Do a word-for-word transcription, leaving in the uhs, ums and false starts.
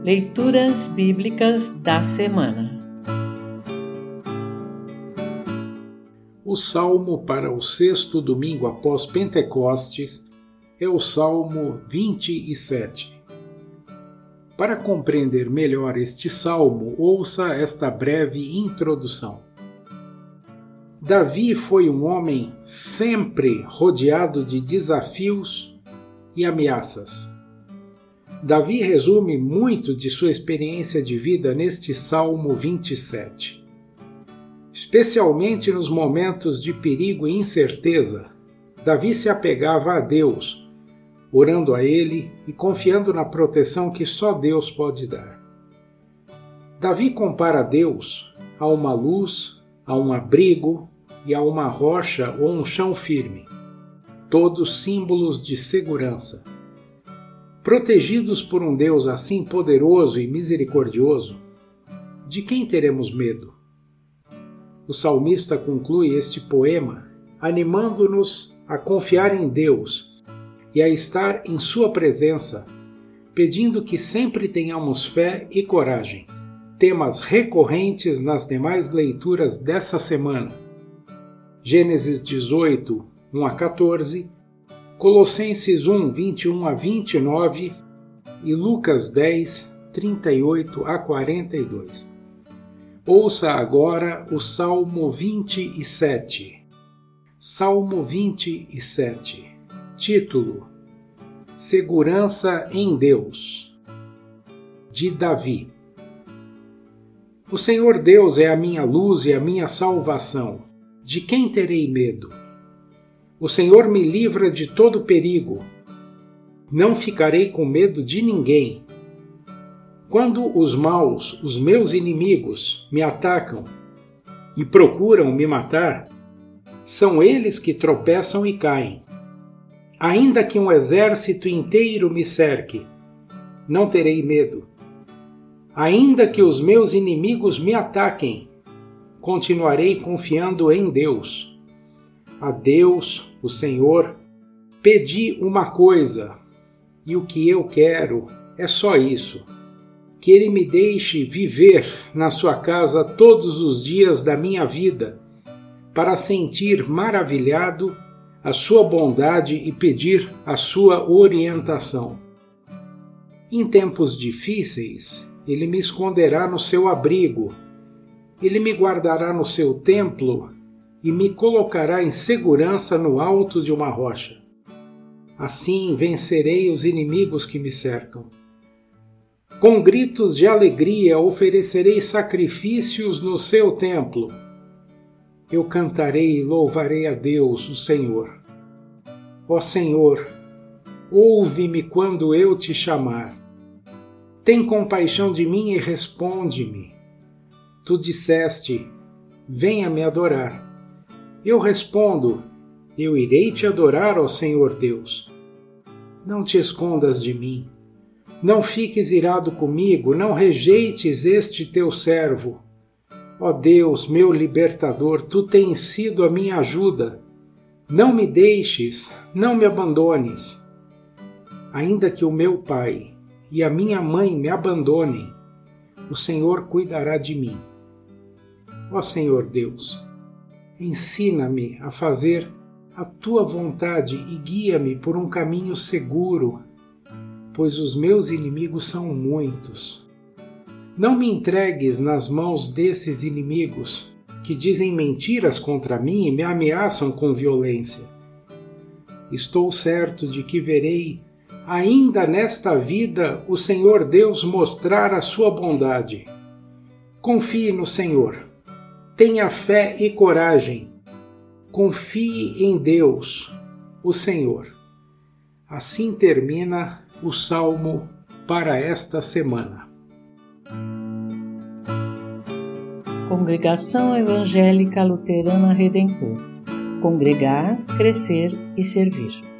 Leituras Bíblicas da Semana. O salmo para o sexto domingo após Pentecostes é o Salmo vinte e sete. Para compreender melhor este salmo, ouça esta breve introdução. Davi foi um homem sempre rodeado de desafios e ameaças. Davi resume muito de sua experiência de vida neste Salmo vinte e sete. Especialmente nos momentos de perigo e incerteza, Davi se apegava a Deus, orando a Ele e confiando na proteção que só Deus pode dar. Davi compara Deus a uma luz, a um abrigo e a uma rocha ou um chão firme, todos símbolos de segurança. Protegidos por um Deus assim poderoso e misericordioso, de quem teremos medo? O salmista conclui este poema animando-nos a confiar em Deus e a estar em sua presença, pedindo que sempre tenhamos fé e coragem. Temas recorrentes nas demais leituras dessa semana. Gênesis dezoito, um a quatorze, Colossenses um, vinte e um a vinte e nove e Lucas dez, trinta e oito a quarenta e dois. Ouça agora o Salmo vinte e sete. Salmo vinte e sete. Título: Segurança em Deus. De Davi. O Senhor Deus é a minha luz e a minha salvação. De quem terei medo? O Senhor me livra de todo perigo. Não ficarei com medo de ninguém. Quando os maus, os meus inimigos, me atacam e procuram me matar, são eles que tropeçam e caem. Ainda que um exército inteiro me cerque, não terei medo. Ainda que os meus inimigos me ataquem, continuarei confiando em Deus. A Deus, o Senhor, pedi uma coisa, e o que eu quero é só isso: que Ele me deixe viver na sua casa todos os dias da minha vida, para sentir maravilhado a sua bondade e pedir a sua orientação. Em tempos difíceis, Ele me esconderá no seu abrigo, Ele me guardará no seu templo e me colocará em segurança no alto de uma rocha. Assim vencerei os inimigos que me cercam. Com gritos de alegria oferecerei sacrifícios no seu templo. Eu cantarei e louvarei a Deus, o Senhor. Ó Senhor, ouve-me quando eu te chamar. Tem compaixão de mim e responde-me. Tu disseste: venha me adorar. Eu respondo: eu irei te adorar, ó Senhor Deus. Não te escondas de mim. Não fiques irado comigo, não rejeites este teu servo. Ó Deus, meu libertador, tu tens sido a minha ajuda. Não me deixes, não me abandones. Ainda que o meu pai e a minha mãe me abandonem, o Senhor cuidará de mim. Ó Senhor Deus, ensina-me a fazer a tua vontade e guia-me por um caminho seguro, pois os meus inimigos são muitos. Não me entregues nas mãos desses inimigos que dizem mentiras contra mim e me ameaçam com violência. Estou certo de que verei, ainda nesta vida, o Senhor Deus mostrar a sua bondade. Confie no Senhor. Tenha fé e coragem. Confie em Deus, o Senhor. Assim termina o Salmo para esta semana. Congregação Evangélica Luterana Redentor. Congregar, crescer e servir.